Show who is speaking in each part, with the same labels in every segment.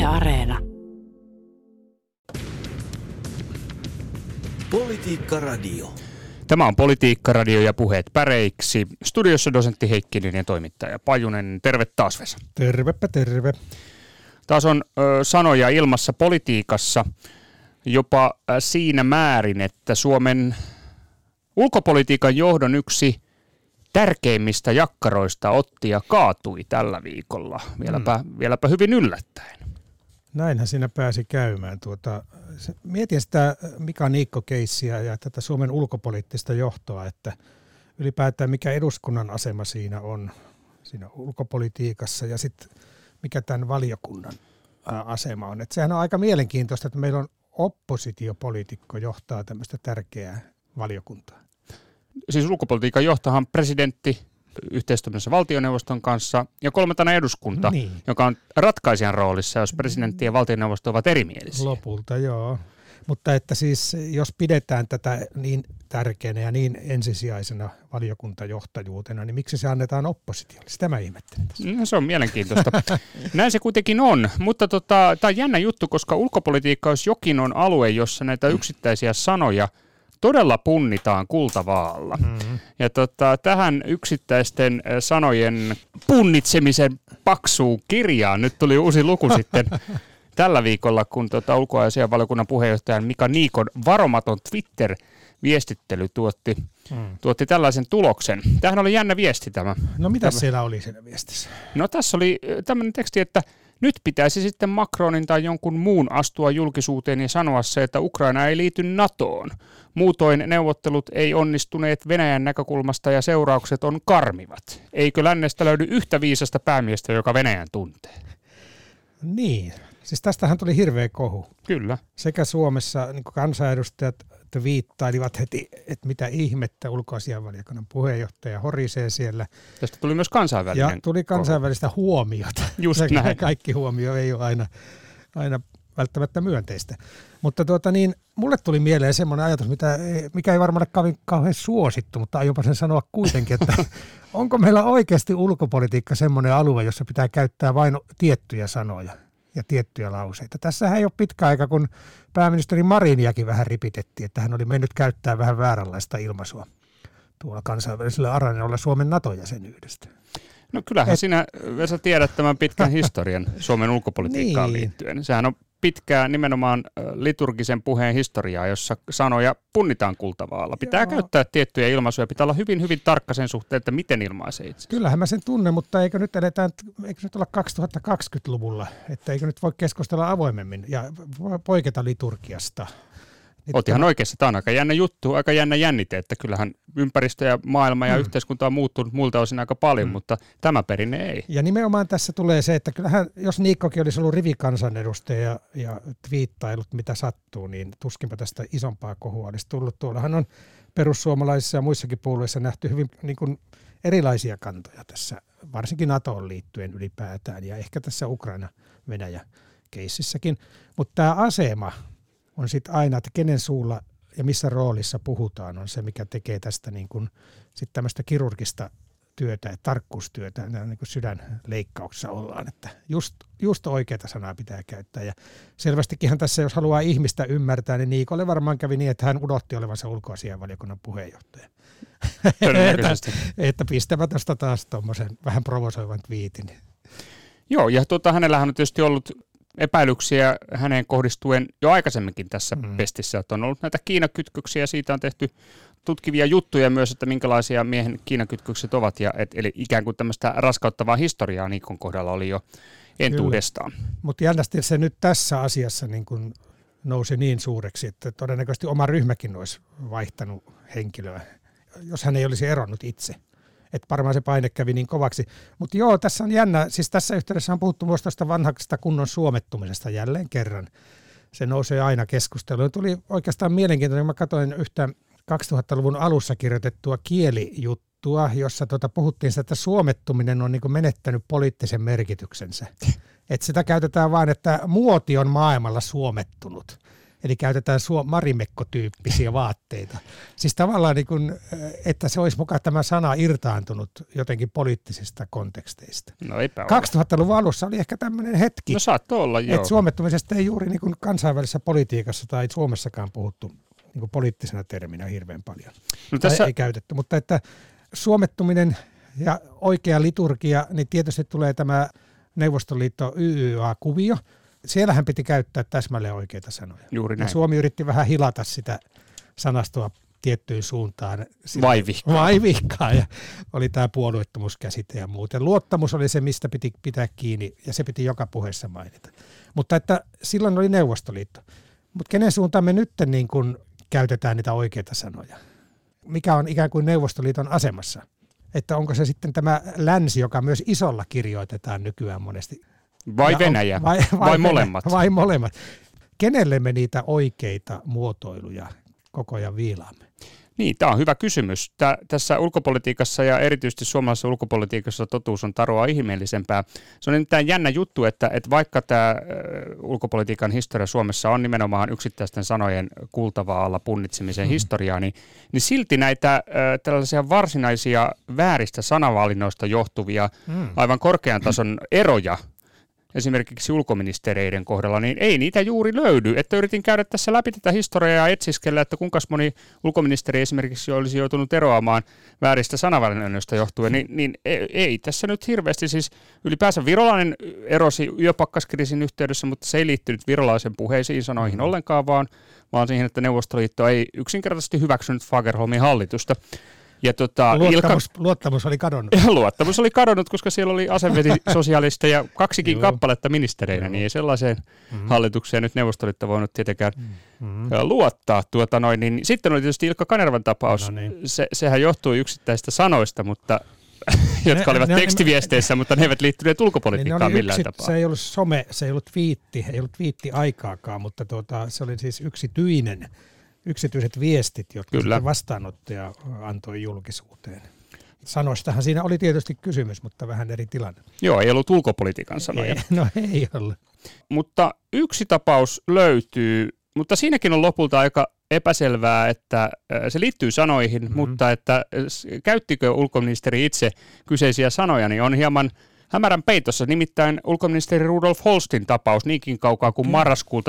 Speaker 1: Yle Areena.
Speaker 2: Politiikka Radio.
Speaker 3: Tämä on Politiikka Radio ja puheet päreiksi. Studiossa dosentti Heikkinen ja toimittaja Pajunen. Terve taas, Vesa.
Speaker 4: Tervepä terve.
Speaker 3: Taas on sanoja ilmassa politiikassa jopa siinä määrin, että Suomen ulkopolitiikan johdon yksi tärkeimmistä jakkaroista otti ja kaatui tällä viikolla. Vieläpä hyvin yllättäen.
Speaker 4: Näinhän siinä pääsi käymään. Mietin sitä Mika Niikko-keissiä ja tätä Suomen ulkopoliittista johtoa, että ylipäätään mikä eduskunnan asema siinä on, siinä ulkopolitiikassa ja sitten mikä tämän valiokunnan asema on. Että sehän on aika mielenkiintoista, että meillä on oppositiopoliitikko johtaa tämmöistä tärkeää valiokuntaa.
Speaker 3: Siis ulkopolitiikan johtahan presidentti yhteistoiminnassa valtioneuvoston kanssa ja kolmantena eduskunta, joka on ratkaisijan roolissa, jos presidentti ja valtioneuvosto ovat erimielisiä.
Speaker 4: Lopulta joo, mutta että siis jos pidetään tätä niin tärkeänä ja niin ensisijaisena valiokuntajohtajuutena, niin miksi se annetaan oppositiolle? Sitä mä ihmettelen.
Speaker 3: No, se on mielenkiintoista. Näin se kuitenkin on, mutta tämä on jännä juttu, koska ulkopolitiikka, jos jokin on alue, jossa näitä yksittäisiä sanoja todella punnitaan kultavaalla. Mm-hmm. Ja tähän yksittäisten sanojen punnitsemisen paksuun kirjaan nyt tuli uusi luku sitten tällä viikolla, kun ulkoasiainvaliokunnan puheenjohtajan Mika Niikon varomaton Twitter-viestittely tuotti tällaisen tuloksen. Tämähän oli jännä viesti tämä.
Speaker 4: No mitä siellä oli siinä viestissä?
Speaker 3: No tässä oli tämmöinen teksti, että nyt pitäisi sitten Macronin tai jonkun muun astua julkisuuteen ja sanoa se, että Ukraina ei liity NATOon. Muutoin neuvottelut ei onnistuneet Venäjän näkökulmasta ja seuraukset on karmivat. Eikö lännestä löydy yhtä viisasta päämiestä, joka Venäjän tuntee?
Speaker 4: Niin, siis tästähän tuli hirveä kohu.
Speaker 3: Kyllä.
Speaker 4: Sekä Suomessa niin kansanedustajat viittailivat heti, että mitä ihmettä ulkoasiainvaliokunnan puheenjohtaja horisee siellä.
Speaker 3: Tästä tuli myös kansainvälinen.
Speaker 4: Ja tuli kansainvälistä huomiota.
Speaker 3: Just näin.
Speaker 4: Kaikki huomio ei ole aina välttämättä myönteistä. Mutta mulle tuli mieleen semmoinen ajatus, mikä ei varmaan ole kauhean suosittu, mutta aionpa sen sanoa kuitenkin, että onko meillä oikeasti ulkopolitiikka semmoinen alue, jossa pitää käyttää vain tiettyjä sanoja ja tiettyjä lauseita. Tässähän ei ole pitkä aika, kun pääministeri Mariniakin vähän ripitettiin, että hän oli mennyt käyttää vähän vääränlaista ilmaisua tuolla kansainvälisellä areenalla Suomen NATO-jäsenyydestä.
Speaker 3: No kyllähän sinä, Vesa, tiedät tämän pitkän historian Suomen ulkopolitiikkaan liittyen. Sehän on pitkää nimenomaan liturgisen puheen historiaa, jossa sanoja punnitaan kultavaalla. Pitää käyttää tiettyjä ilmaisuja, pitää olla hyvin, hyvin tarkka sen suhteen, että miten ilmaisee itse.
Speaker 4: Kyllähän mä sen tunnen, mutta eikö nyt olla 2020-luvulla, että eikö nyt voi keskustella avoimemmin ja poiketa liturgiasta.
Speaker 3: Oot ihan oikeassa. Tämä on aika jännä juttu, aika jännä jännite, että kyllähän ympäristö ja maailma ja yhteiskunta on muuttunut muilta osin aika paljon, mutta tämä perinne ei.
Speaker 4: Ja nimenomaan tässä tulee se, että kyllähän jos Niikkokin olisi ollut rivikansanedustaja ja twiittailut mitä sattuu, niin tuskinpä tästä isompaa kohua olisi tullut. Tuollahan on perussuomalaisissa ja muissakin puolueissa nähty hyvin niin kuin erilaisia kantoja tässä, varsinkin NATOon liittyen ylipäätään ja ehkä tässä Ukraina-Venäjä-keississäkin. Mutta tämä asema on sitten aina, että kenen suulla ja missä roolissa puhutaan, on se, mikä tekee tästä niin kuin sitten tämmöistä kirurgista työtä ja tarkkuustyötä, niin kuin sydänleikkauksessa ollaan, että just oikeata sanaa pitää käyttää. Ja selvästikinhän tässä, jos haluaa ihmistä ymmärtää, niin Niikolle varmaan kävi niin, että hän unohti olevansa ulkoasiainvaliokunnan puheenjohtaja. että pistävä tuosta taas tuommoisen vähän provosoivan twiitin.
Speaker 3: Joo, ja hänellähän on tietysti ollut epäilyksiä häneen kohdistuen jo aikaisemminkin tässä pestissä, että on ollut näitä Kiina-kytköksiä, siitä on tehty tutkivia juttuja myös, että minkälaisia miehen Kiina-kytkökset ovat, eli ikään kuin tämmöistä raskauttavaa historiaa Niikon kohdalla oli jo entuudestaan. Mutta
Speaker 4: jännästi se nyt tässä asiassa niin kun nousi niin suureksi, että todennäköisesti oma ryhmäkin olisi vaihtanut henkilöä, jos hän ei olisi eronnut itse. Että varmaan se paine kävi niin kovaksi. Mutta joo, tässä on jännä. Siis tässä yhteydessä on puhuttu myös tästä vanhasta kunnon suomettumisesta jälleen kerran. Se nousee aina keskusteluun. Tuli oikeastaan mielenkiintoinen. Mä katsoin yhtä 2000-luvun alussa kirjoitettua kielijuttua, jossa puhuttiin sitä, että suomettuminen on niin kuin menettänyt poliittisen merkityksensä. Että sitä käytetään vain, että muoti on maailmalla suomettunut. Eli käytetään Marimekko-tyyppisiä vaatteita. Siis tavallaan, niin kuin, että se olisi mukaan tämä sana irtaantunut jotenkin poliittisista konteksteista.
Speaker 3: No eipä
Speaker 4: 2000-luvun alussa oli ehkä tämmöinen hetki,
Speaker 3: no saattoi olla, joo.
Speaker 4: että suomettumisesta ei juuri niin kuin kansainvälisessä politiikassa tai Suomessakaan puhuttu niin kuin poliittisena terminä hirveän paljon. No tässä ei käytetty, mutta että suomettuminen ja oikea liturgia, niin tietysti tulee tämä Neuvostoliitto YYA-kuvio. Siellähän piti käyttää täsmälleen oikeita sanoja.
Speaker 3: Juuri näin.
Speaker 4: Ja Suomi yritti vähän hilata sitä sanastoa tiettyyn suuntaan.
Speaker 3: Vaivihkaa.
Speaker 4: Ja oli tämä puolueettomuuskäsite ja muut. Ja luottamus oli se, mistä piti pitää kiinni, ja se piti joka puheessa mainita. Mutta että silloin oli Neuvostoliitto. Mutta kenen suuntaan me nyt niin kun käytetään niitä oikeita sanoja? Mikä on ikään kuin Neuvostoliiton asemassa? Että onko se sitten tämä länsi, joka myös isolla kirjoitetaan nykyään monesti?
Speaker 3: Vai Venäjä? Vai molemmat?
Speaker 4: Vai molemmat. Kenelle me niitä oikeita muotoiluja koko ajan viilaamme?
Speaker 3: Niin, tämä on hyvä kysymys. Tässä ulkopolitiikassa ja erityisesti suomalaisessa ulkopolitiikassa totuus on tarua ihmeellisempää. Se on nimittäin jännä juttu, että vaikka tämä ulkopolitiikan historia Suomessa on nimenomaan yksittäisten sanojen kultavaalla punnitsemisen historiaa, niin silti näitä tällaisia varsinaisia vääristä sanavalinnoista johtuvia aivan korkean tason eroja esimerkiksi ulkoministereiden kohdalla, niin ei niitä juuri löydy. Että yritin käydä tässä läpi tätä historiaa ja etsiskellä, että kuinka moni ulkoministeri esimerkiksi olisi joutunut eroamaan vääristä sanavalinnoista johtuen, niin ei tässä nyt hirveästi. Siis ylipäänsä Virolainen erosi yöpakkaskriisin yhteydessä, mutta se ei liittynyt Virolaisen puheisiin sanoihin ollenkaan, vaan siihen, että Neuvostoliitto ei yksinkertaisesti hyväksynyt Fagerholmin hallitusta. Ja
Speaker 4: luottamus oli kadonnut.
Speaker 3: Luottamus oli kadonnut, koska siellä oli asevetisosialisteja ja kaksikin kappaletta ministereinä, niin ei sellaiseen hallitukseen nyt Neuvostoliitto voinut tietenkään luottaa. Niin sitten oli tietysti Ilkka Kanervan tapaus. No niin. Sehän johtui yksittäistä sanoista, mutta jotka olivat tekstiviesteissä, mutta ne eivät liittyneet ulkopolitiikkaan millään tapaa.
Speaker 4: Se ei ollut some, se ei ollut twiitti aikaakaan, mutta se oli siis yksityiset viestit, jotka vastaanottaja antoi julkisuuteen. Sanoistahan siinä oli tietysti kysymys, mutta vähän eri tilanne.
Speaker 3: Joo, ei ollut ulkopolitiikan sanoja.
Speaker 4: Ei ollut.
Speaker 3: Mutta yksi tapaus löytyy, mutta siinäkin on lopulta aika epäselvää, että se liittyy sanoihin, mutta että käyttikö ulkoministeri itse kyseisiä sanoja, niin on hieman hämärän peitossa, nimittäin ulkoministeri Rudolf Holstin tapaus niinkin kaukaa kuin marraskuulta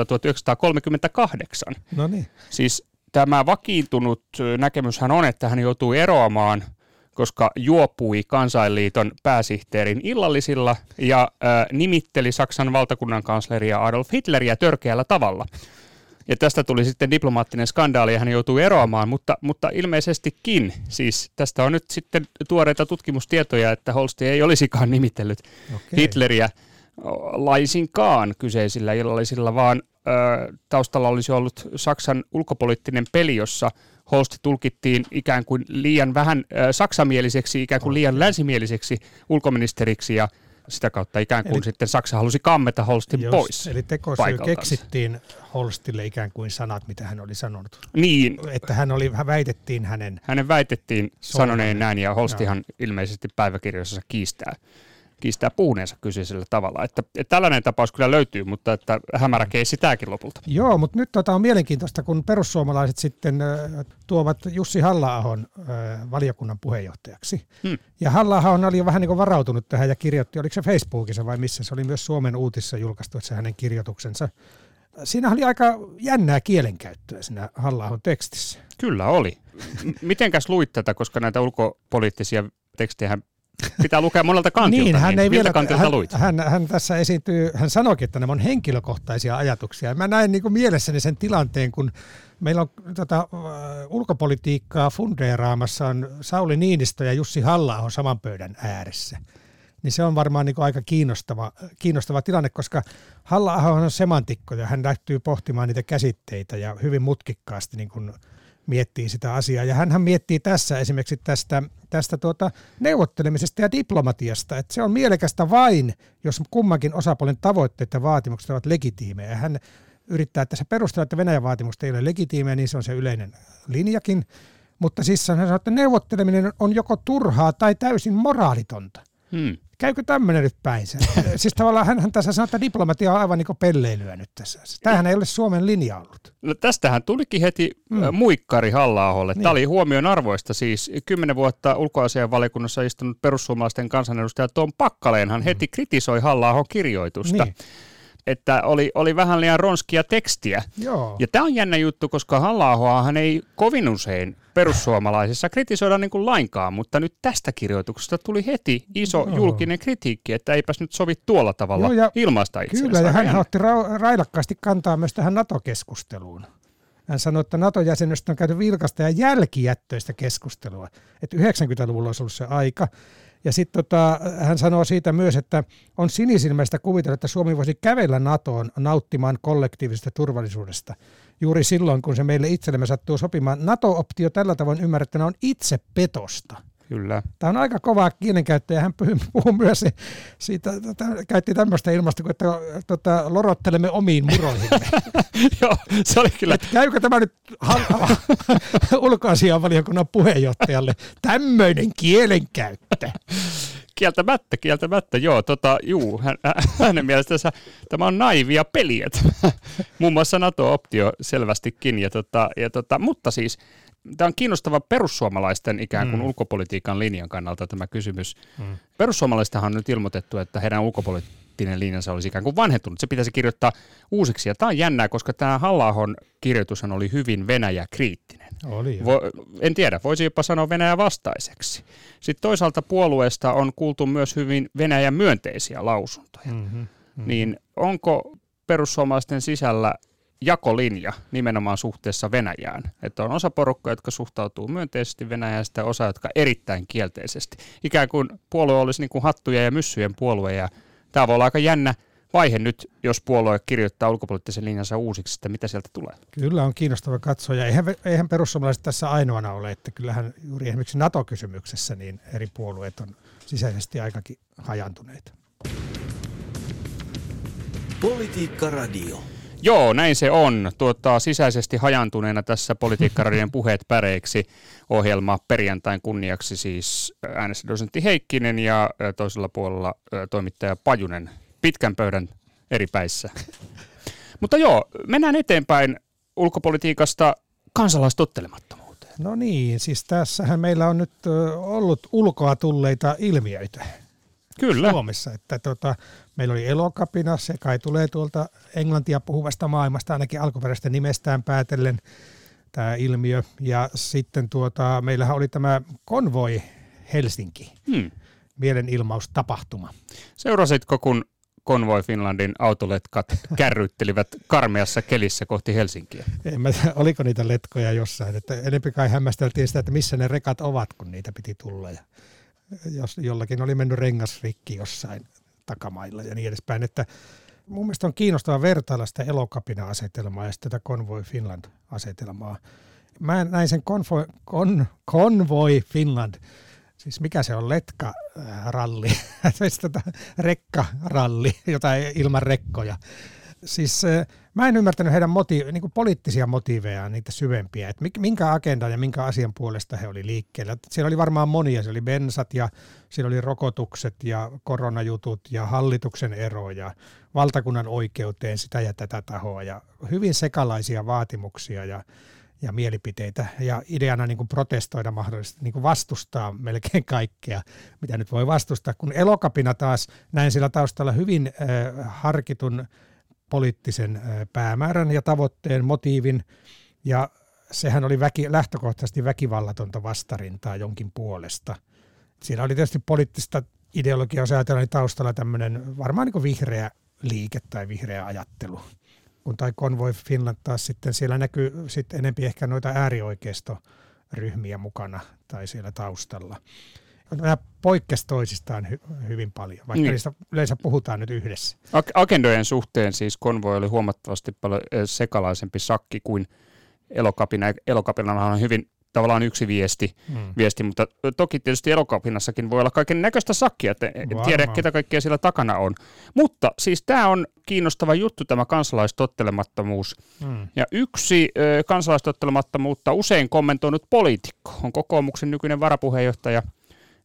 Speaker 3: 1938.
Speaker 4: No niin.
Speaker 3: Siis tämä vakiintunut näkemyshän on, että hän joutuu eroamaan, koska juopui Kansainliiton pääsihteerin illallisilla ja nimitteli Saksan valtakunnankansleria Adolf Hitleriä törkeällä tavalla. Ja tästä tuli sitten diplomaattinen skandaali ja hän joutui eroamaan, mutta ilmeisestikin, siis tästä on nyt sitten tuoreita tutkimustietoja, että Holsti ei olisikaan nimitellyt Hitleriä laisinkaan kyseisillä illallisilla, vaan taustalla olisi ollut Saksan ulkopoliittinen peli, jossa Holsti tulkittiin ikään kuin liian vähän saksamieliseksi, ikään kuin liian länsimieliseksi ulkoministeriksi ja sitä kautta ikään kuin sitten Saksa halusi kammeta Holstin pois.
Speaker 4: Eli tekosyy keksittiin Holstille ikään kuin sanat, mitä hän oli sanonut.
Speaker 3: Niin.
Speaker 4: Että väitettiin
Speaker 3: hänen väitettiin sanoneen näin, ja Holstihan ilmeisesti päiväkirjoissa kiistää puhuneensa kyseisellä tavalla. Että tällainen tapaus kyllä löytyy, mutta että hämärä keissi tämäkin lopulta.
Speaker 4: Joo, mutta nyt on mielenkiintoista, kun perussuomalaiset sitten tuovat Jussi Halla-ahon valiokunnan puheenjohtajaksi. Ja Halla-ahon oli jo vähän niin kuin varautunut tähän ja kirjoitti, oliko se Facebookissa vai missä, se oli myös Suomen Uutissa julkaistu, että se hänen kirjoituksensa. Siinä oli aika jännää kielenkäyttöä siinä Halla-ahon tekstissä.
Speaker 3: Kyllä oli. Mitenkäs luit tätä, koska näitä ulkopoliittisia tekstejä pitää lukea monelta kantilta,
Speaker 4: niin hän ei vielä,
Speaker 3: kantilta luit?
Speaker 4: Hän tässä esiintyy, hän sanoikin, että nämä on henkilökohtaisia ajatuksia. Mä näin niin kuin mielessäni sen tilanteen, kun meillä on ulkopolitiikkaa fundeeraamassa on Sauli Niinistö ja Jussi Halla-aho saman pöydän ääressä. Niin se on varmaan niin kuin aika kiinnostava tilanne, koska Halla-aho on semantikko ja hän lähtyy pohtimaan niitä käsitteitä ja hyvin mutkikkaasti niin kuin miettii sitä asiaa. Ja hänhän miettii tässä esimerkiksi tästä neuvottelemisesta ja diplomatiasta, että se on mielekästä vain, jos kummankin osapuolen tavoitteet ja vaatimukset ovat legitiimejä. Ja hän yrittää tässä perustella, että Venäjän vaatimukset ei ole legitiimejä, niin se on se yleinen linjakin. Mutta siis hän sanoo, että neuvotteleminen on joko turhaa tai täysin moraalitonta. Käykö tämmöinen nyt päinsä? Siis tavallaan hän tässä sanoo, että diplomatia on aivan niin kuin pelleilyä nyt tässä. Tämähän ei ole Suomen linja ollut.
Speaker 3: No tästähän tulikin heti muikkari Halla-aholle. Niin. Tämä oli huomion arvoista siis. 10 vuotta ulkoasiainvaliokunnassa istunut perussuomalaisten kansanedustaja Tom Packalenhan heti kritisoi Halla-ahon kirjoitusta. Niin. Että oli vähän liian ronskia tekstiä.
Speaker 4: Joo.
Speaker 3: Ja tämä on jännä juttu, koska Halla-ahoahan ei kovin usein perussuomalaisissa kritisoida niin kuin lainkaan, mutta nyt tästä kirjoituksesta tuli heti iso julkinen kritiikki, että eipäs nyt sovi tuolla tavalla ilmaista itseänsä.
Speaker 4: Kyllä, ja hän otti railakkaasti kantaa myös tähän NATO-keskusteluun. Hän sanoi, että NATO-jäsenyydestä on käyty vilkasta ja jälkijättöistä keskustelua, että 90-luvulla olisi ollut se aika. Ja sitten hän sanoo siitä myös, että on sinisilmäistä kuvitella, että Suomi voisi kävellä NATOon nauttimaan kollektiivisesta turvallisuudesta. Juuri silloin, kun se meille itsellemme sattuu sopimaan. NATO-optio tällä tavoin ymmärrettynä on itsepetosta.
Speaker 3: Kyllä.
Speaker 4: Tämä on aika kovaa kielenkäyttöä ja hän puhuu myös siitä, käytti tämmöistä ilmasta, kuin että lorottelemme omiin muroihimme.
Speaker 3: Joo, se oli kyllä.
Speaker 4: Et käykö tämä nyt ulkoasiainvaliokunnan puheenjohtajalle tämmöinen kielenkäyttö?
Speaker 3: Kieltämättä, joo. Hänen mielestänsä tämä on naivia peliä. Muun muassa NATO-optio selvästikin. Mutta siis tämä on kiinnostava perussuomalaisten ikään kuin ulkopolitiikan linjan kannalta tämä kysymys. Perussuomalaistahan on nyt ilmoitettu, että heidän ulkopoliittinen linjansa olisi ikään kuin vanhentunut. Se pitäisi kirjoittaa uusiksi. Ja tämä on jännää, koska tämä Halla-ahon kirjoitushan oli hyvin Venäjä-kriittinen. En tiedä, voisi jopa sanoa Venäjä vastaiseksi. Sitten toisaalta puolueesta on kuultu myös hyvin Venäjän myönteisiä lausuntoja. Niin onko perussuomalaisten sisällä jakolinja nimenomaan suhteessa Venäjään? Että on osa porukkaa, jotka suhtautuu myönteisesti Venäjään, ja osa, jotka erittäin kielteisesti. Ikään kuin puolue olisi niin kuin hattuja ja myssyjen puolue, ja tämä voi olla aika jännä vaihe nyt, jos puolue kirjoittaa ulkopoliittisen linjansa uusiksi, että mitä sieltä tulee.
Speaker 4: Kyllä on kiinnostava katsoa, ja eihän perussuomalaiset tässä ainoana ole, että kyllähän juuri esimerkiksi NATO-kysymyksessä niin eri puolueet on sisäisesti aikakin hajantuneita.
Speaker 1: Politiikka Radio.
Speaker 3: Joo, näin se on. Sisäisesti hajantuneena tässä Politiikka-radion puheet päreiksi ohjelma perjantain kunniaksi siis äänestydosentti Heikkinen ja toisella puolella toimittaja Pajunen pitkän pöydän eri päissä. Mutta joo, mennään eteenpäin ulkopolitiikasta kansalaistottelemattomuuteen.
Speaker 4: No niin, siis tässähän meillä on nyt ollut ulkoa tulleita ilmiöitä.
Speaker 3: Kyllä.
Speaker 4: Suomessa, että meillä oli Elokapina, se kai tulee tuolta englantia puhuvasta maailmasta, ainakin alkuperäistä nimestään päätellen tämä ilmiö. Ja sitten meillähän oli tämä Konvoi Helsinki, mielenilmaustapahtuma.
Speaker 3: Seurasitko, kun Konvoi Finlandin autoletkat kärryttelivät karmeassa kelissä kohti Helsinkiä?
Speaker 4: En mä tiedä, oliko niitä letkoja jossain, että enempi kai hämmästeltiin sitä, että missä ne rekat ovat, kun niitä piti tulla. Ja jos jollakin oli mennyt rengas rikki jossain takamailla ja niin edespäin. Että mun mielestä on kiinnostavaa vertailla sitä Elokapina-asetelmaa ja sitten tätä Konvoi Finland-asetelmaa. Mä näin sen Konvoi Finland, siis mikä se on, letkaralli, rekkaralli, jotain ilman rekkoja. Siis mä en ymmärtänyt heidän niin poliittisia motiivejaan, niitä syvempiä, että minkä agendan ja minkä asian puolesta he oli liikkeellä. Siellä oli varmaan monia, siellä oli bensat ja siellä oli rokotukset ja koronajutut ja hallituksen ero ja valtakunnan oikeuteen sitä ja tätä tahoa ja hyvin sekalaisia vaatimuksia ja mielipiteitä ja ideana niin kuin protestoida mahdollisesti, niin kuin vastustaa melkein kaikkea, mitä nyt voi vastustaa. Kun Elokapina taas näin sillä taustalla hyvin harkitun poliittisen päämäärän ja tavoitteen, motiivin, ja sehän oli lähtökohtaisesti väkivallatonta vastarintaa jonkin puolesta. Siinä oli tietysti poliittista ideologiaa, jos ajatellaan taustalla tämmöinen varmaan niin kuin vihreä liike tai vihreä ajattelu. Kun tai Konvoi Finland taas sitten siellä näkyy sitten enemmän ehkä noita äärioikeistoryhmiä mukana tai siellä taustalla. Nämä poikkesi toisistaan hyvin paljon, vaikka niistä yleensä puhutaan nyt yhdessä.
Speaker 3: Agendojen suhteen siis Konvoi oli huomattavasti paljon sekalaisempi sakki kuin Elokapina. Elokapinallahan on hyvin tavallaan yksi viesti, mutta toki tietysti Elokapinassakin voi olla kaiken näköistä sakkia, että en tiedä ketä kaikkea siellä takana on. Mutta siis tämä on kiinnostava juttu, tämä kansalaistottelemattomuus. Ja yksi kansalaistottelemattomuutta usein kommentoinut poliitikko on kokoomuksen nykyinen varapuheenjohtaja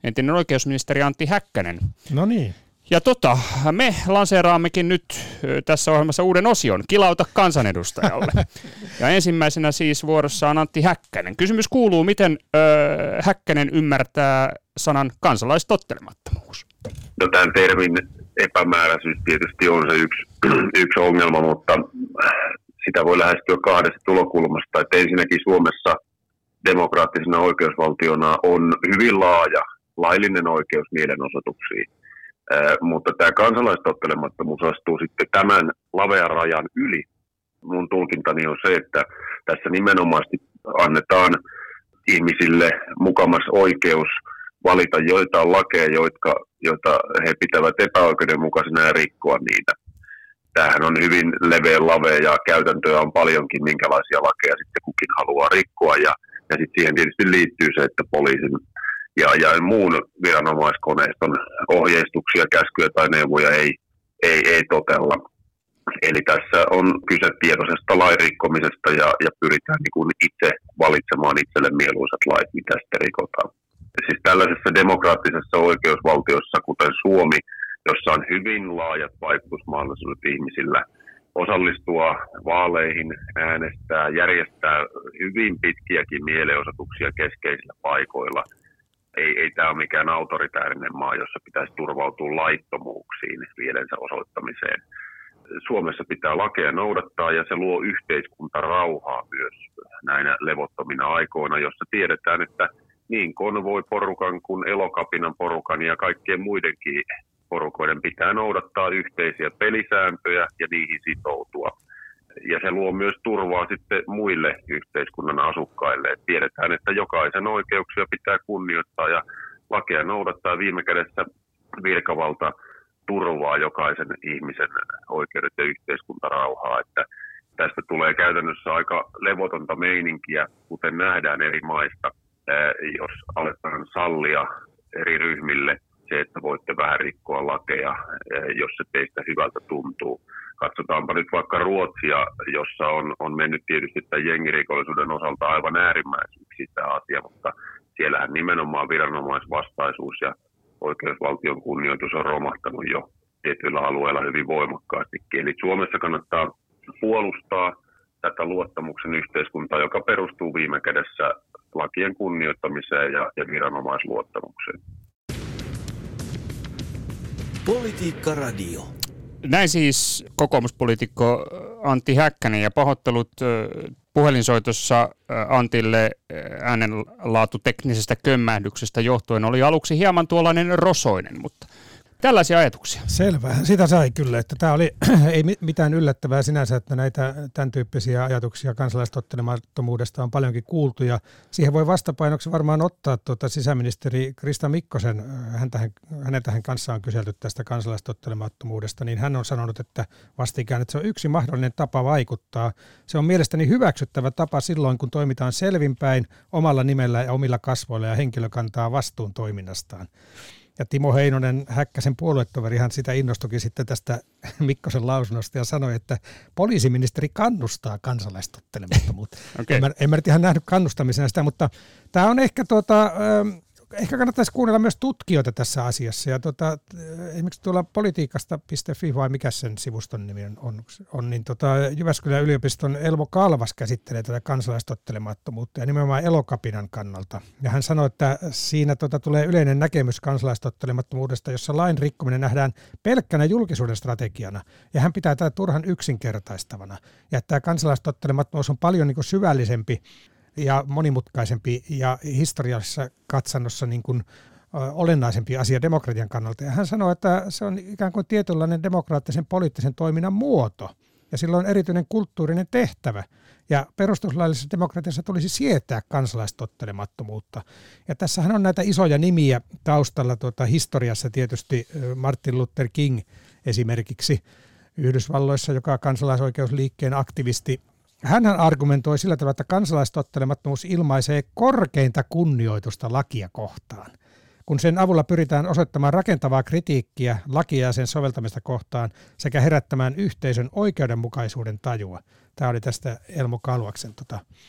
Speaker 3: entinen oikeusministeri Antti Häkkänen.
Speaker 4: No niin.
Speaker 3: Ja me lanseeraammekin nyt tässä ohjelmassa uuden osion, Kilauta kansanedustajalle. Ja ensimmäisenä siis vuorossa on Antti Häkkänen. Kysymys kuuluu, miten Häkkänen ymmärtää sanan kansalaistottelemattomuus?
Speaker 2: No, tämän termin epämääräisyys tietysti on se yksi ongelma, mutta sitä voi lähestyä kahdesta tulokulmasta. Että ensinnäkin Suomessa demokraattisena oikeusvaltiona on hyvin laaja laillinen oikeus mielenosoituksiin. Mutta tämä kansalaistottelemattomuus astuu sitten tämän lavean rajan yli. Mun tulkintani on se, että tässä nimenomaan annetaan ihmisille mukamas oikeus valita joitain lakeja, joita he pitävät epäoikeudenmukaisena ja rikkoa niitä. Tämähän on hyvin leveä lavea ja käytäntöä on paljonkin, minkälaisia lakeja sitten kukin haluaa rikkoa. Ja sitten siihen tietysti liittyy se, että poliisin ja muun viranomaiskoneiston ohjeistuksia, käskyjä tai neuvoja ei totella. Eli tässä on kyse tietoisesta lain rikkomisesta ja pyritään niin kuin itse valitsemaan itselle mieluisat lait, mitä sitten rikotaan. Siis tällaisessa demokraattisessa oikeusvaltiossa, kuten Suomi, jossa on hyvin laajat vaikutusmahdollisuudet ihmisillä osallistua vaaleihin, äänestää, järjestää hyvin pitkiäkin mielenosoituksia keskeisillä paikoilla. Ei tämä ole mikään autoritäärinen maa, jossa pitäisi turvautua laittomuuksiin mielensä osoittamiseen. Suomessa pitää lakeja noudattaa ja se luo yhteiskuntarauhaa myös näinä levottomina aikoina, jossa tiedetään, että niin konvoi-porukan kuin Elokapinan porukan ja kaikkien muidenkin porukoiden pitää noudattaa yhteisiä pelisääntöjä ja niihin sitoutua. Ja se luo myös turvaa sitten muille yhteiskunnan asukkaille. Et tiedetään, että jokaisen oikeuksia pitää kunnioittaa ja lakeja noudattaa. Viime kädessä virkavalta turvaa jokaisen ihmisen oikeudet ja yhteiskuntarauhaa. Että tästä tulee käytännössä aika levotonta meininkiä, kuten nähdään eri maista, jos aletaan sallia eri ryhmille se, että voitte vähän rikkoa lakeja, jos se teistä hyvältä tuntuu. Katsotaanpa nyt vaikka Ruotsia, jossa on mennyt tietysti tämän jengirikollisuuden osalta aivan äärimmäiseksi tämä asia, mutta siellähän nimenomaan viranomaisvastaisuus ja oikeusvaltion kunnioitus on romahtanut jo tietyillä alueilla hyvin voimakkaastikin. Eli Suomessa kannattaa puolustaa tätä luottamuksen yhteiskuntaa, joka perustuu viime kädessä lakien kunnioittamiseen ja viranomaisluottamukseen.
Speaker 1: Politiikka Radio.
Speaker 3: Näin siis kokoomuspoliitikko Antti Häkkänen ja pahoittelut puhelinsoitossa Antille äänenlaatuteknisestä kömmähdyksestä johtuen oli aluksi hieman tuollainen rosoinen, mutta tällaisia ajatuksia.
Speaker 4: Selvä. Sitä sai kyllä, että tämä oli ei mitään yllättävää sinänsä, että näitä tämän tyyppisiä ajatuksia kansalaistottelemattomuudesta on paljonkin kuultu ja siihen voi vastapainoksi varmaan ottaa sisäministeri Krista Mikkosen, häneltähän kanssa on kyselty tästä kansalaistottelemattomuudesta, niin hän on sanonut, että vastikään, että se on yksi mahdollinen tapa vaikuttaa. Se on mielestäni hyväksyttävä tapa silloin, kun toimitaan selvinpäin omalla nimellä ja omilla kasvoilla ja henkilö kantaa vastuun toiminnastaan. Ja Timo Heinonen, Häkkäsen puoluetoverihan sitä innostukin sitten tästä Mikkosen lausunnosta ja sanoi, että poliisiministeri kannustaa kansalaistottelemattomuutta. Okay. En mä nyt ihan nähnyt kannustamisena sitä, mutta tämä on ehkä ehkä kannattaisi kuunnella myös tutkijoita tässä asiassa. Ja esimerkiksi tuolla politiikasta.fi vai mikä sen sivuston nimi on niin Jyväskylän yliopiston Elmo Kalvas käsittelee tätä kansalaistottelemattomuutta ja nimenomaan Elokapinan kannalta. Ja hän sanoi, että siinä tulee yleinen näkemys kansalaistottelemattomuudesta, jossa lain rikkominen nähdään pelkkänä julkisuuden strategiana. Ja hän pitää tätä turhan yksinkertaistavana. Ja että tämä kansalaistottelemattomuus on paljon niin kuin syvällisempi ja monimutkaisempi ja historiallisessa katsannossa niin kuin olennaisempi asia demokratian kannalta. Ja hän sanoi, että se on ikään kuin tietynlainen demokraattisen poliittisen toiminnan muoto. Ja sillä on erityinen kulttuurinen tehtävä. Ja perustuslaillisessa demokratiassa tulisi sietää kansalaistottelemattomuutta. Ja tässähän on näitä isoja nimiä taustalla historiassa tietysti Martin Luther King esimerkiksi Yhdysvalloissa, joka kansalaisoikeusliikkeen aktivisti. Hänhän argumentoi sillä tavalla, että kansalaistottelemattomuus ilmaisee korkeinta kunnioitusta lakia kohtaan, kun sen avulla pyritään osoittamaan rakentavaa kritiikkiä lakia ja sen soveltamista kohtaan sekä herättämään yhteisön oikeudenmukaisuuden tajua. Tämä oli tästä Elmo Kalvaksen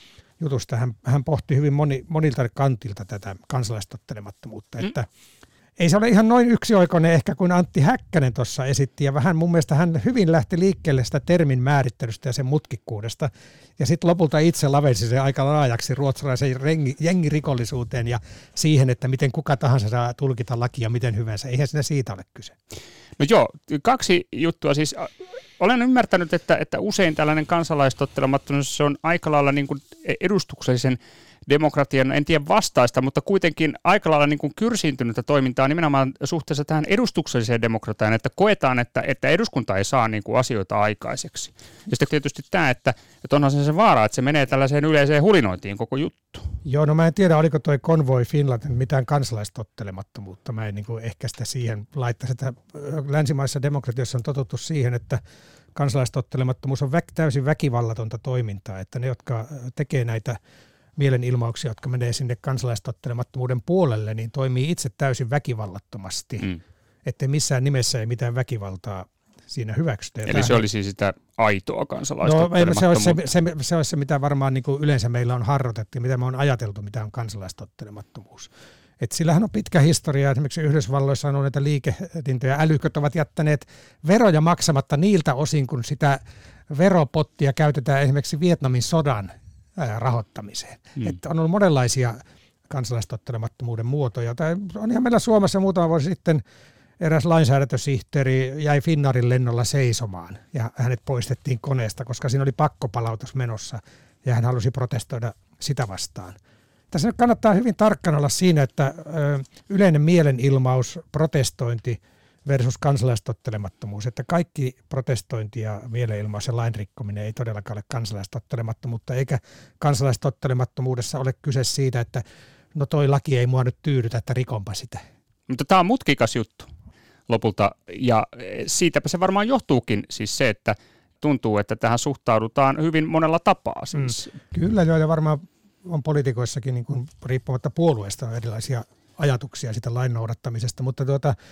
Speaker 4: jutusta. Hän pohti hyvin monilta kantilta tätä kansalaistottelemattomuutta, että ei se ole ihan noin yksioikoinen ehkä kuin Antti Häkkänen tuossa esitti, ja vähän mun mielestä hän hyvin lähti liikkeelle sitä termin määrittelystä ja sen mutkikkuudesta, ja sitten lopulta itse lavensi se aika laajaksi ruotsalaisen jengirikollisuuteen ja siihen, että miten kuka tahansa saa tulkita lakia miten hyvänsä. Eihän siinä siitä ole kyse.
Speaker 3: No joo, 2 juttua. Siis olen ymmärtänyt, että usein tällainen kansalaistottelemattomuus on aika lailla niin kuin edustuksellisen demokratian, en tiedä vastaista, mutta kuitenkin aika lailla niin kuin kyrsiintynyttä toimintaa nimenomaan suhteessa tähän edustukselliseen demokratiaan, että koetaan, että eduskunta ei saa niin kuin asioita aikaiseksi. Ja sitten tietysti tämä, että onhan se vaara, että se menee tällaiseen yleiseen hulinointiin koko juttu.
Speaker 4: Joo, no mä en tiedä, oliko toi Konvoi Finland mitään kansalaistottelemattomuutta. Mä en niin kuin ehkä sitä siihen laittaisi, että länsimaissa demokratiassa on totuttu siihen, että kansalaistottelemattomuus on täysin väkivallatonta toimintaa, että ne, jotka tekee näitä mielenilmauksia, jotka menee sinne kansalaistottelemattomuuden puolelle, niin toimii itse täysin väkivallattomasti, ettei missään nimessä ei mitään väkivaltaa siinä hyväksytä.
Speaker 3: Eli se olisi sitä aitoa kansalaistottelemattomuutta.
Speaker 4: No se olisi se, mitä varmaan niin kuin yleensä meillä on harjoitettu, mitä me on ajateltu, mitä on kansalaistottelemattomuus. Et sillähän on pitkä historia. Esimerkiksi Yhdysvalloissa on näitä liikehdintöjä. Älyköt ovat jättäneet veroja maksamatta niiltä osin, kun sitä veropottia käytetään esimerkiksi Vietnamin sodan rahoittamiseen. Että on ollut monenlaisia kansalaistottelemattomuuden muotoja. Tai on ihan meillä Suomessa muutama vuosi sitten eräs lainsäädäntösihteeri jäi Finnairin lennolla seisomaan ja hänet poistettiin koneesta, koska siinä oli pakkopalautus menossa ja hän halusi protestoida sitä vastaan. Tässä nyt kannattaa hyvin tarkkana olla siinä, että yleinen mielenilmaus, protestointi versus kansalaistottelemattomuus, että kaikki protestointi ja mielenilmaus ja lain rikkominen ei todellakaan ole kansalaistottelemattomuutta, eikä kansalaistottelemattomuudessa ole kyse siitä, että no toi laki ei mua nyt tyydytä, että rikonpa sitä.
Speaker 3: Mutta tämä on mutkikas juttu lopulta, ja siitäpä se varmaan johtuukin siis se, että tuntuu, että tähän suhtaudutaan hyvin monella tapaa. Siis.
Speaker 4: Kyllä joo, ja varmaan on poliitikoissakin niin kuin riippumatta puolueesta on erilaisia ajatuksia sitä lain noudattamisesta, mutta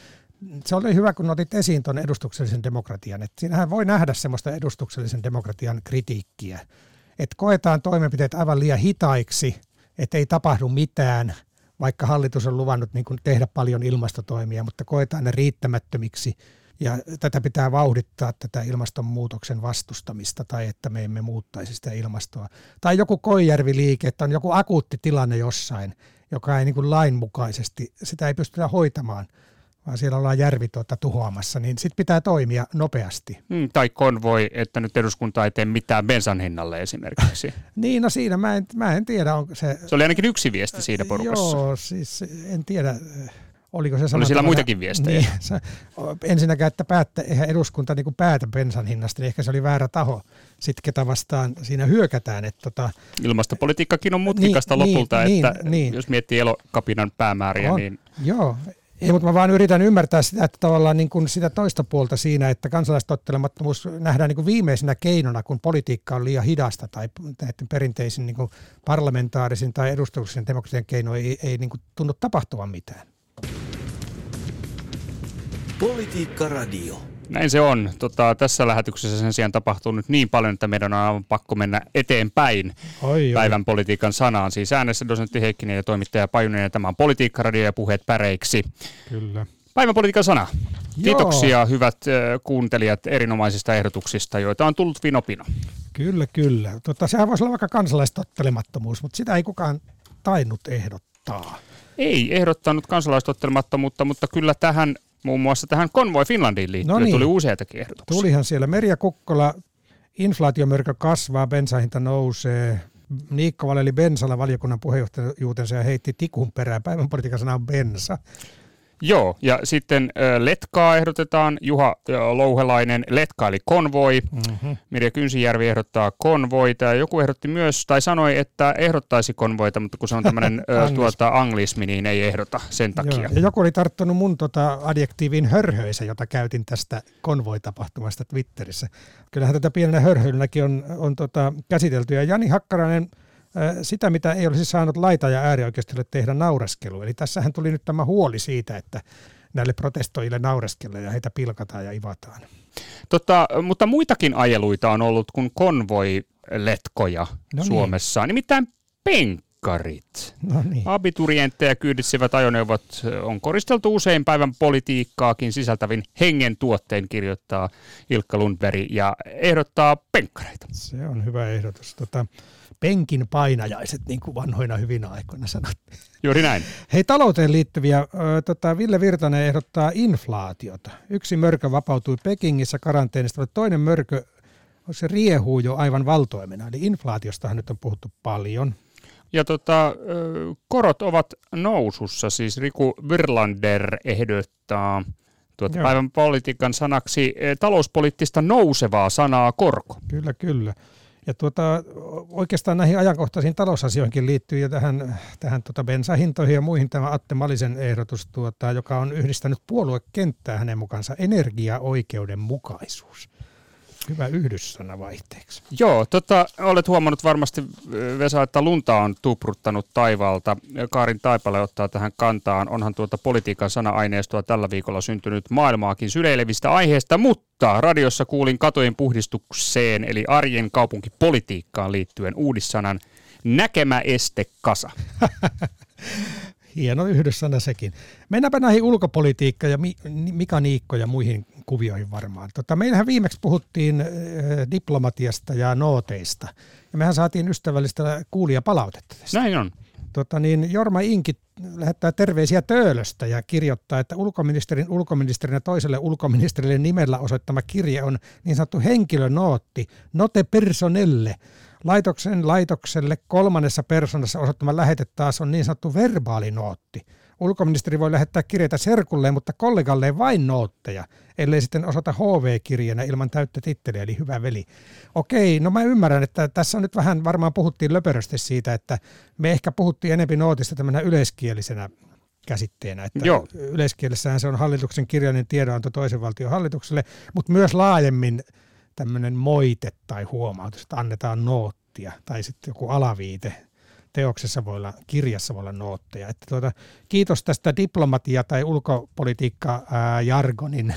Speaker 4: se oli hyvä, kun otit esiin tuon edustuksellisen demokratian. Että siinähän voi nähdä semmoista edustuksellisen demokratian kritiikkiä, että koetaan toimenpiteet aivan liian hitaiksi, että ei tapahdu mitään, vaikka hallitus on luvannut niin kuin tehdä paljon ilmastotoimia, mutta koetaan ne riittämättömiksi. Ja tätä pitää vauhdittaa, tätä ilmastonmuutoksen vastustamista, tai että me emme muuttaisi sitä ilmastoa. Tai joku Koijärvi-liike, että on joku akuutti tilanne jossain, joka ei niin kuin lainmukaisesti, sitä ei pystytä hoitamaan, vaan siellä ollaan järvi tuhoamassa, niin sitten pitää toimia nopeasti.
Speaker 3: Tai konvoi, että nyt eduskunta ei tee mitään bensan hinnalle esimerkiksi.
Speaker 4: Niin, no siinä mä en tiedä, onko se...
Speaker 3: Se oli ainakin yksi viesti siinä porukassa.
Speaker 4: Joo, siis en tiedä... Oliko se
Speaker 3: oli siellä muitakin viestejä?
Speaker 4: Niin, ensinnäkään, että eihän eduskunta niin kuin päätä bensan hinnasta, niin ehkä se oli väärä taho, sitten ketä vastaan siinä hyökätään. Että
Speaker 3: ilmastopolitiikkakin on mutkikasta lopulta, että jos miettii Elokapinan päämääriä, niin...
Speaker 4: Joo, ei, mutta mä vaan yritän ymmärtää sitä, että tavallaan niin kuin sitä toista puolta siinä, että kansalaistottelemattomuus nähdään niin kuin viimeisenä keinona, kun politiikka on liian hidasta tai näiden perinteisin niin kuin parlamentaarisin tai edustuksellisen demokratian keino ei niin kuin tunnu tapahtuvan mitään.
Speaker 1: Politiikka Radio.
Speaker 3: Näin se on. Tässä lähetyksessä sen sijaan tapahtuu nyt niin paljon, että meidän on aivan pakko mennä eteenpäin päivän politiikan sanaan. Siis äänessä dosentti Heikkinen ja toimittaja Pajunen, ja tämä on Politiikka Radio ja puheet päreiksi.
Speaker 4: Kyllä.
Speaker 3: Päivän politiikan sana. Kiitoksia hyvät kuuntelijat erinomaisista ehdotuksista, joita on tullut vinopino.
Speaker 4: Kyllä. Sehän voisi olla vaikka kansalaistottelemattomuus, mutta sitä ei kukaan tainnut ehdottaa.
Speaker 3: Ei ehdottanut kansalaistottelemattomuutta, mutta kyllä tähän muun muassa tähän Konvoi Finlandiin liittyen tuli useitakin ehdotuksia.
Speaker 4: Tulihan siellä. Merja Kukkola, inflaatiomörkö kasvaa, bensahinta nousee. Niikko valeli bensalla valiokunnan puheenjohtajuutensa ja heitti tikun perään. Päivän politiikan sana on bensa.
Speaker 3: Joo, ja sitten letkaa ehdotetaan, Juha Louhelainen letkaili konvoi, Mirja Kynsijärvi ehdottaa konvoita, ja joku ehdotti myös, tai sanoi, että ehdottaisi konvoita, mutta kun se on tämmöinen anglismi, niin ei ehdota sen takia.
Speaker 4: Joo, ja joku oli tarttunut mun adjektiivin hörhöisä, jota käytin tästä konvoitapahtumasta Twitterissä. Kyllähän tätä pienenä hörhöilynäkin on käsitelty, ja Jani Hakkarainen sitä, mitä ei olisi saanut laita- ja äärioikeistille tehdä naureskelu. Eli tässähän tuli nyt tämä huoli siitä, että näille protestoijille naureskellaan ja heitä pilkataan ja ivataan.
Speaker 3: Mutta muitakin ajeluita on ollut kuin konvoiletkoja Suomessa. Nimittäin penkkarit.
Speaker 4: No niin.
Speaker 3: Abiturientteja kyyditsevät ajoneuvot on koristeltu usein päivän politiikkaakin sisältävin hengen tuotteen, kirjoittaa Ilkka Lundberg ja ehdottaa penkkareita.
Speaker 4: Se on hyvä ehdotus. Penkin painajaiset, niin kuin vanhoina hyvinä aikoina sanottiin.
Speaker 3: Juuri näin.
Speaker 4: Hei, talouteen liittyviä. Ville Virtanen ehdottaa inflaatiota. Yksi mörkö vapautui Pekingissä karanteenista, mutta toinen mörkö se riehuu jo aivan valtoimena. Eli inflaatiostahan nyt on puhuttu paljon.
Speaker 3: Ja korot ovat nousussa, siis Riku Virlander ehdottaa päivän politiikan sanaksi talouspoliittista nousevaa sanaa korko.
Speaker 4: Kyllä, kyllä. Ja oikeastaan näihin ajankohtaisiin talousasioihinkin liittyy ja tähän bensahintoihin ja muihin tämä Atte Malisen ehdotus, joka on yhdistänyt puoluekenttää hänen mukaansa energiaoikeudenmukaisuus. Hyvä yhdyssana vaihteeksi.
Speaker 3: Joo, olet huomannut varmasti, Vesa, että lunta on tupruttanut taivaalta. Kaarin Taipale ottaa tähän kantaan. Onhan politiikan sana-aineistoa tällä viikolla syntynyt maailmaakin syleilevistä aiheista, mutta radiossa kuulin katojen puhdistukseen eli arjen kaupunkipolitiikkaan liittyen uudissanan näkemäestekasa.
Speaker 4: Hieno yhdyssana sekin. Mennäänpä näihin ulkopolitiikka ja Mika Niikko ja muihin kuvioihin varmaan. Meillähän viimeksi puhuttiin diplomatiasta ja nooteista. Ja mehän saatiin ystävällistä kuulijapalautetta tästä.
Speaker 3: Näin on.
Speaker 4: Jorma Inki lähettää terveisiä Töölöstä ja kirjoittaa, että ulkoministerin ja toiselle ulkoministerille nimellä osoittama kirje on niin sanottu henkilönootti, note personelle. Laitokselle kolmannessa persoonassa osoittama lähete taas on niin sanottu verbaalinootti. Ulkoministeri voi lähettää kirjeitä serkulleen, mutta kollegalleen vain nootteja, ellei sitten osoita HV-kirjeenä ilman täyttä titteliä, eli hyvä veli. Okei, no mä ymmärrän, että tässä on nyt vähän varmaan puhuttiin löperösti siitä, että me ehkä puhuttiin enemmän nootista tämmöinen yleiskielisenä käsitteenä, että yleiskielessähän se on hallituksen kirjallinen tiedonanto toisen valtion hallitukselle, mutta myös laajemmin tämmöinen moite tai huomautus, että annetaan noottia tai sitten joku alaviite. Kirjassa voi olla nootteja. Että kiitos tästä diplomatia- tai ulkopolitiikka-jargonin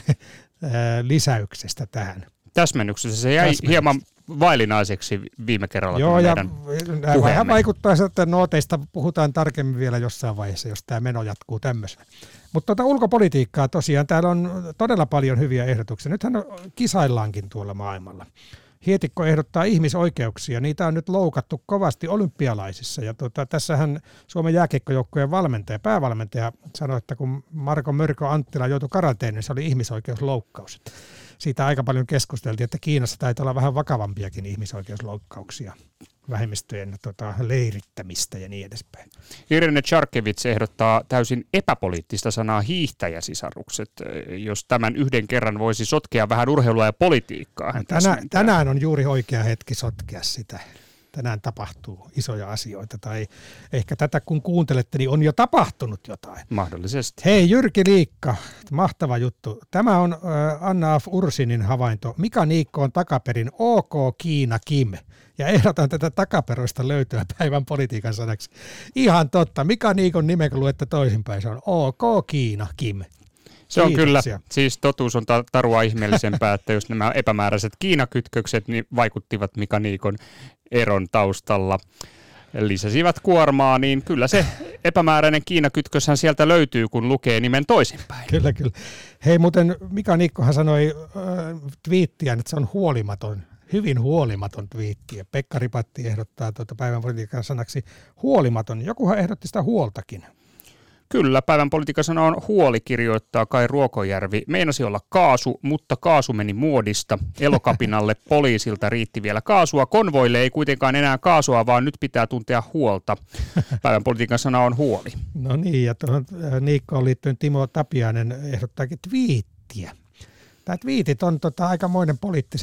Speaker 4: lisäyksestä tähän.
Speaker 3: Täsmennyksessä se jäi hieman vaillinaiseksi viime kerralla.
Speaker 4: Joo, ja vähän vaikuttaa, että nooteista puhutaan tarkemmin vielä jossain vaiheessa, jos tämä meno jatkuu tämmöisenä. Mutta ulkopolitiikkaa tosiaan, täällä on todella paljon hyviä ehdotuksia. Nythän kisaillaankin tuolla maailmalla. Hietikko ehdottaa ihmisoikeuksia. Niitä on nyt loukattu kovasti olympialaisissa. Ja tässähän Suomen jääkiekkojoukkueen päävalmentaja sanoi, että kun Marko Mörkö Anttila joutui karanteeniin, niin se oli ihmisoikeusloukkaus. Siitä aika paljon keskusteltiin, että Kiinassa taitaa olla vähän vakavampiakin ihmisoikeusloukkauksia, vähemmistöjen leirittämistä ja niin edespäin.
Speaker 3: Irene Charkevits ehdottaa täysin epäpoliittista sanaa hiihtäjäsisarukset, jos tämän yhden kerran voisi sotkea vähän urheilua ja politiikkaa.
Speaker 4: Tänään on juuri oikea hetki sotkea sitä. Tänään tapahtuu isoja asioita, tai ehkä tätä kun kuuntelette, niin on jo tapahtunut jotain.
Speaker 3: Mahdollisesti.
Speaker 4: Hei, Jyrki Liikka, mahtava juttu. Tämä on Anna F. Ursinin havainto. Mika Niikko on takaperin OK Kiina Kim. Ja ehdotan tätä takaperoista löytyä päivän politiikan sanaksi. Ihan totta. Mika Niikon nimen kun luette toisinpäin, se on OK Kiina Kim.
Speaker 3: Se on kyllä, siis totuus on tarua ihmeellisempää, että jos nämä epämääräiset Kiina-kytkökset niin vaikuttivat Mika Niikon eron taustalla, lisäsivät kuormaa, niin kyllä se epämääräinen Kiina-kytköshän sieltä löytyy, kun lukee nimen toisinpäin.
Speaker 4: Kyllä, kyllä. Hei, muuten Mika Niikkohan sanoi twiittiään, että se on huolimaton, hyvin huolimaton twiitti. Ja Pekka Ripatti ehdottaa päivän politiikan sanaksi huolimaton. Jokuhan ehdotti sitä huoltakin.
Speaker 3: Kyllä, päivän politiikan sana on huoli, kirjoittaa Kai Ruokojärvi. Meinasi olla kaasu, mutta kaasu meni muodista. Elokapinalle poliisilta riitti vielä kaasua. Konvoille ei kuitenkaan enää kaasua, vaan nyt pitää tuntea huolta. Päivän politiikan sana on huoli.
Speaker 4: No niin, ja tuohon Niikkoon liittyen Timo Tapiainen ehdottaakin twiittiä. Tämä twiitit on aikamoinen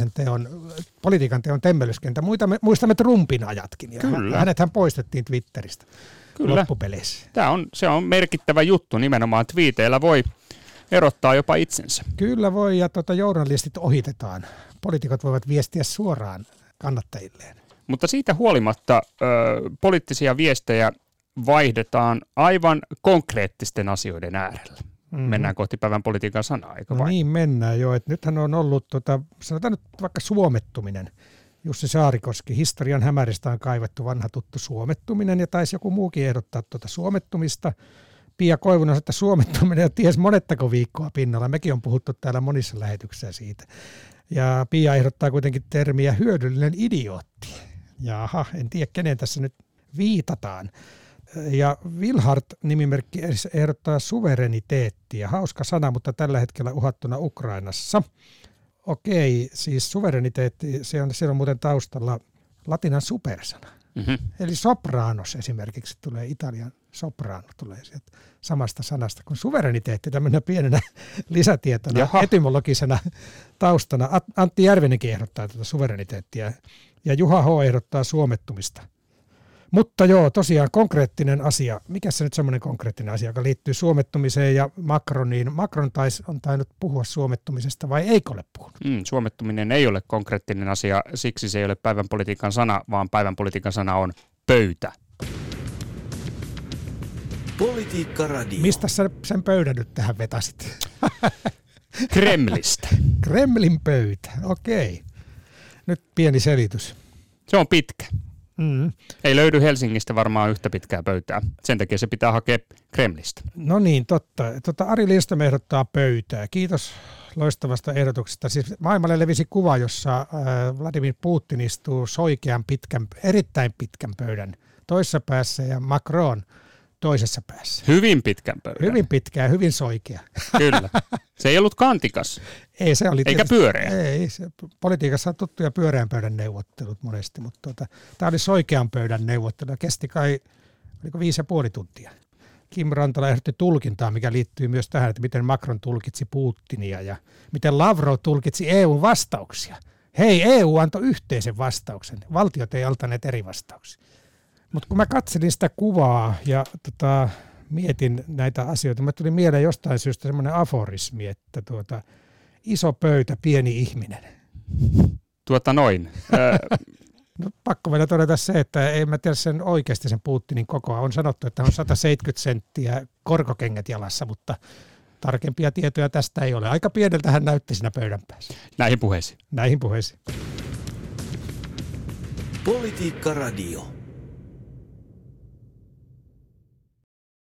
Speaker 4: politiikan teon temmellyskentä. Muistamme Trumpin ajatkin. Ja
Speaker 3: Kyllä.
Speaker 4: Hänethän poistettiin Twitteristä.
Speaker 3: Kyllä.
Speaker 4: Loppupeleissä.
Speaker 3: Se on merkittävä juttu. Nimenomaan twiiteillä voi erottaa jopa itsensä.
Speaker 4: Kyllä voi, ja journalistit ohitetaan. Poliitikot voivat viestiä suoraan kannattajilleen.
Speaker 3: Mutta siitä huolimatta poliittisia viestejä vaihdetaan aivan konkreettisten asioiden äärellä. Mennään kohti päivän politiikan sanaa, eikö vain?
Speaker 4: Niin mennään jo. Nythän on ollut, sanotaan nyt vaikka suomettuminen. Jussi Saarikoski, historian hämäristä on kaivettu vanha tuttu suomettuminen ja taisi joku muukin ehdottaa tuota suomettumista. Pia Koivunen, että suomettuminen ja ties monettako viikkoa pinnalla. Mekin on puhuttu täällä monissa lähetyksissä siitä. Ja Pia ehdottaa kuitenkin termiä hyödyllinen idiootti. Jaha, en tiedä kenen tässä nyt viitataan. Ja Wilhart-nimimerkki ehdottaa suvereniteettia. Hauska sana, mutta tällä hetkellä uhattuna Ukrainassa. Okei, siis suvereniteetti, siellä on muuten taustalla latinan supersana. Mm-hmm. Eli sopranos esimerkiksi tulee, Italian soprano tulee sieltä samasta sanasta kuin suvereniteetti, tämmöinen pienenä lisätietona, etymologisena taustana. Antti Järvinenkin ehdottaa tätä suvereniteettia ja Juha H. ehdottaa suomettumista. Mutta joo, tosiaan konkreettinen asia. Mikä se nyt semmoinen konkreettinen asia, joka liittyy suomettumiseen ja Macroniin? Macron on tainnut puhua suomettumisesta vai eikö ole puhunut?
Speaker 3: Suomettuminen ei ole konkreettinen asia, siksi se ei ole päivän politiikan sana, vaan päivän politiikan sana on pöytä.
Speaker 1: Politiikka Radio.
Speaker 4: Mistä sä sen pöydän nyt tähän vetasit?
Speaker 3: Kremlistä.
Speaker 4: Kremlin pöytä, okei. Nyt pieni selitys.
Speaker 3: Se on pitkä. Ei löydy Helsingistä varmaan yhtä pitkää pöytää. Sen takia se pitää hakea Kremlistä.
Speaker 4: No niin, totta. Ari Lindström ehdottaa pöytää. Kiitos loistavasta ehdotuksesta. Siis maailmalle levisi kuva, jossa Vladimir Putin istuu erittäin pitkän pöydän toisessa päässä ja Macron toisessa päässä.
Speaker 3: Hyvin pitkän pöydän.
Speaker 4: Hyvin pitkä ja hyvin soikea.
Speaker 3: Kyllä. Se ei ollut kantikas.
Speaker 4: Ei, se oli
Speaker 3: eikä pyöreä.
Speaker 4: Ei, politiikassa on tuttuja pyöreän pöydän neuvottelut monesti, mutta tämä oli soikean pöydän neuvottelu. Kesti kai, oliko 5,5 tuntia. Kim Rantala ehdotti tulkintaa, mikä liittyy myös tähän, että miten Macron tulkitsi Putinia ja miten Lavrov tulkitsi EUn vastauksia. Hei, EU antoi yhteisen vastauksen. Valtiot ei antaneet eri vastauksia. Mutta kun mä katselin sitä kuvaa ja mietin näitä asioita, mä tuli mieleen jostain syystä semmoinen aforismi, että iso pöytä, pieni ihminen. No, pakko vielä todeta se, että en mä tiedä sen oikeasti sen Putinin kokoa. On sanottu, että on 170 senttiä korkokengät jalassa, mutta tarkempia tietoja tästä ei ole. Aika pieneltä hän näytti siinä pöydän päässä.
Speaker 3: Näihin puheisiin.
Speaker 4: Näihin puheisiin.
Speaker 1: Politiikka Radio.